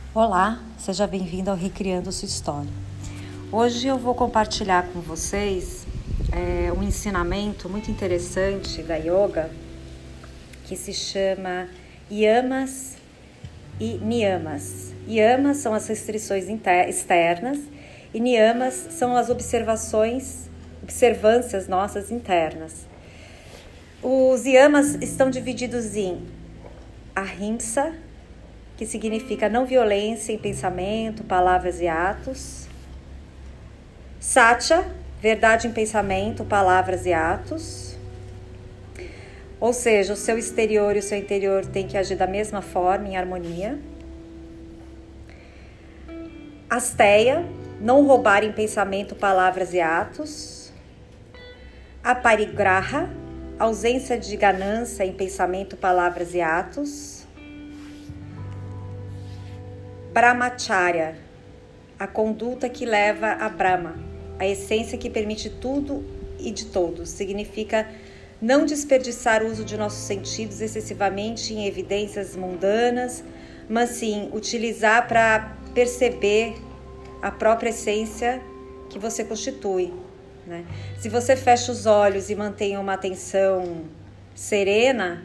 Olá, seja bem-vindo ao Recriando Sua História. Hoje eu vou compartilhar com vocês um ensinamento muito interessante da yoga que se chama Yamas e Niyamas. Yamas são as restrições externas e Niyamas são as observâncias nossas internas. Os Yamas estão divididos em Ahimsa, que significa não violência em pensamento, palavras e atos. Satya, verdade em pensamento, palavras e atos. Ou seja, o seu exterior e o seu interior têm que agir da mesma forma, em harmonia. Asteya, não roubar em pensamento, palavras e atos. Aparigraha, ausência de ganância em pensamento, palavras e atos. Brahmacharya, a conduta que leva a Brahma, a essência que permite tudo e de todos. Significa não desperdiçar o uso de nossos sentidos excessivamente em evidências mundanas, mas sim utilizar para perceber a própria essência que você constitui, né? Se você fecha os olhos e mantém uma atenção serena,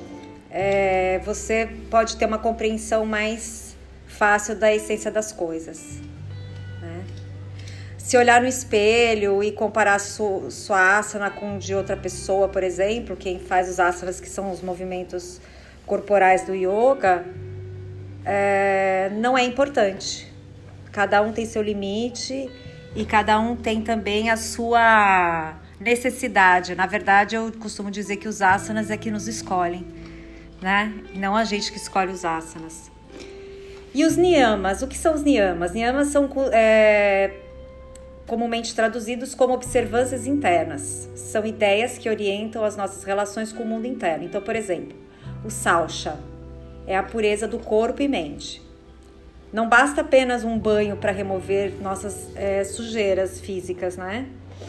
você pode ter uma compreensão mais fácil da essência das coisas, né? Se olhar no espelho e comparar sua asana com de outra pessoa, por exemplo, quem faz os asanas, que são os movimentos corporais do yoga, não é importante. Cada um tem seu limite e cada um tem também a sua necessidade. Na verdade, eu costumo dizer que os asanas é que nos escolhem, né? Não a gente que escolhe os asanas. E os niyamas, o que são os niyamas? Niyamas são comumente traduzidos como observâncias internas. São ideias que orientam as nossas relações com o mundo interno. Então, por exemplo, o saucha é a pureza do corpo e mente. Não basta apenas um banho para remover nossas sujeiras físicas, né?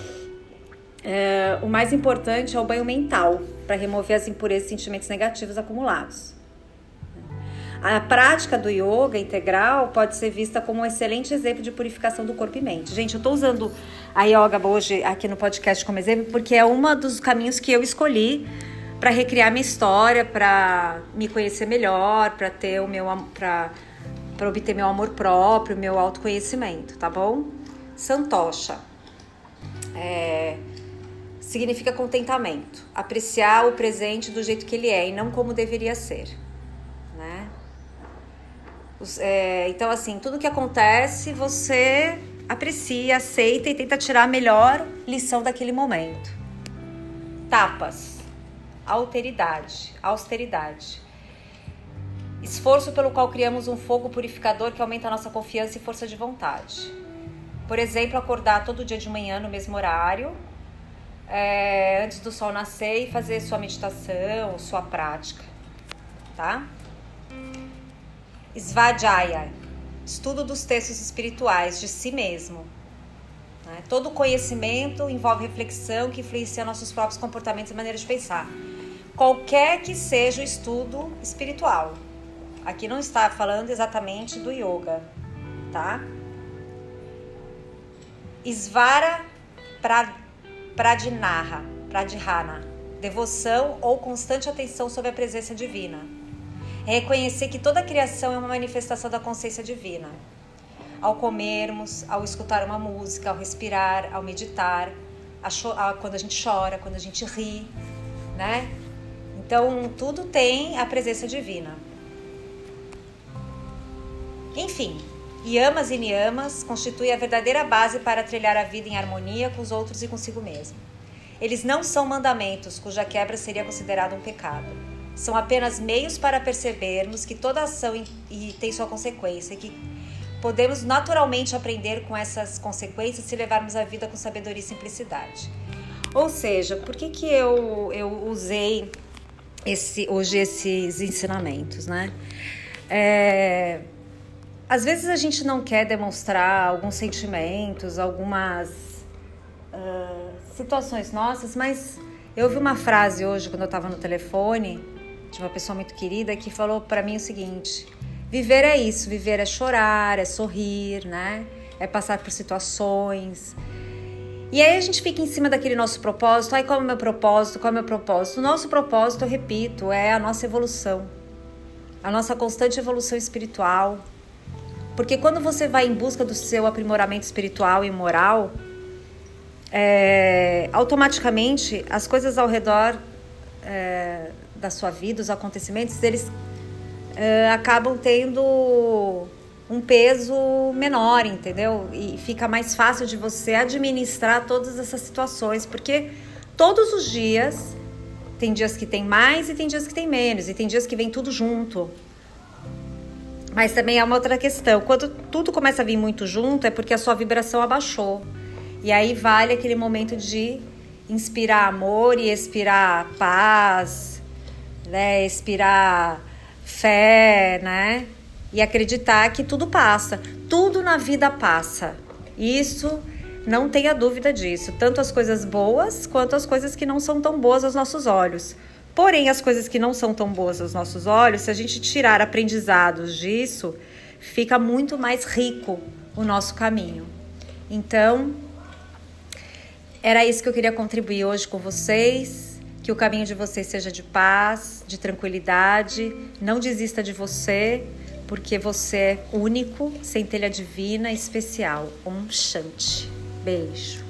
O mais importante é o banho mental, para remover as impurezas e sentimentos negativos acumulados. A prática do yoga integral pode ser vista como um excelente exemplo de purificação do corpo e mente. Gente, eu estou usando a yoga hoje aqui no podcast como exemplo porque é um dos caminhos que eu escolhi para recriar minha história, para me conhecer melhor, para ter para obter meu amor próprio, meu autoconhecimento, tá bom? Santosha significa contentamento, apreciar o presente do jeito que ele é e não como deveria ser, né? Então, assim, tudo que acontece, você aprecia, aceita e tenta tirar a melhor lição daquele momento. Tapas, austeridade. Esforço pelo qual criamos um fogo purificador que aumenta a nossa confiança e força de vontade. Por exemplo, acordar todo dia de manhã no mesmo horário, antes do sol nascer, e fazer sua meditação, sua prática, tá? Svadhyaya, estudo dos textos espirituais de si mesmo, né? Todo conhecimento envolve reflexão que influencia nossos próprios comportamentos e maneiras de pensar. Qualquer que seja o estudo espiritual. Aqui não está falando exatamente do yoga, tá? Svara Pradhana, devoção ou constante atenção sobre a presença divina. É reconhecer que toda a criação é uma manifestação da consciência divina. Ao comermos, ao escutar uma música, ao respirar, ao meditar, quando a gente chora, quando a gente ri, né? Então, tudo tem a presença divina. Enfim, yamas e niyamas constituem a verdadeira base para trilhar a vida em harmonia com os outros e consigo mesmo. Eles não são mandamentos, cuja quebra seria considerada um pecado. São apenas meios para percebermos que toda ação tem sua consequência e que podemos naturalmente aprender com essas consequências se levarmos a vida com sabedoria e simplicidade. Ou seja, por que eu usei hoje esses ensinamentos, né? Às vezes a gente não quer demonstrar alguns sentimentos, algumas situações nossas, mas eu ouvi uma frase hoje quando eu estava no telefone de uma pessoa muito querida que falou para mim o seguinte: Viver é isso, viver é chorar, é sorrir, né? É passar por situações. E aí a gente fica em cima daquele nosso propósito. Ai, qual é o meu propósito? Qual é o meu propósito? O nosso propósito, eu repito, é a nossa evolução. A nossa constante evolução espiritual. Porque quando você vai em busca do seu aprimoramento espiritual e moral, automaticamente as coisas ao redor da sua vida, os acontecimentos, eles acabam tendo um peso menor, entendeu? E fica mais fácil de você administrar todas essas situações, porque todos os dias, tem dias que tem mais e tem dias que tem menos, e tem dias que vem tudo junto. Mas também é uma outra questão, quando tudo começa a vir muito junto, é porque a sua vibração abaixou. E aí vale aquele momento de inspirar amor e expirar paz, né? Expirar fé, né? E acreditar que tudo passa. Tudo na vida passa. Isso, não tenha dúvida disso. Tanto as coisas boas quanto as coisas que não são tão boas aos nossos olhos. Porém, as coisas que não são tão boas aos nossos olhos, se a gente tirar aprendizados disso, fica muito mais rico o nosso caminho. Então, era isso que eu queria contribuir hoje com vocês. Que o caminho de vocês seja de paz, de tranquilidade. Não desista de você, porque você é único, centelha divina, especial. Om Shanti. Beijo.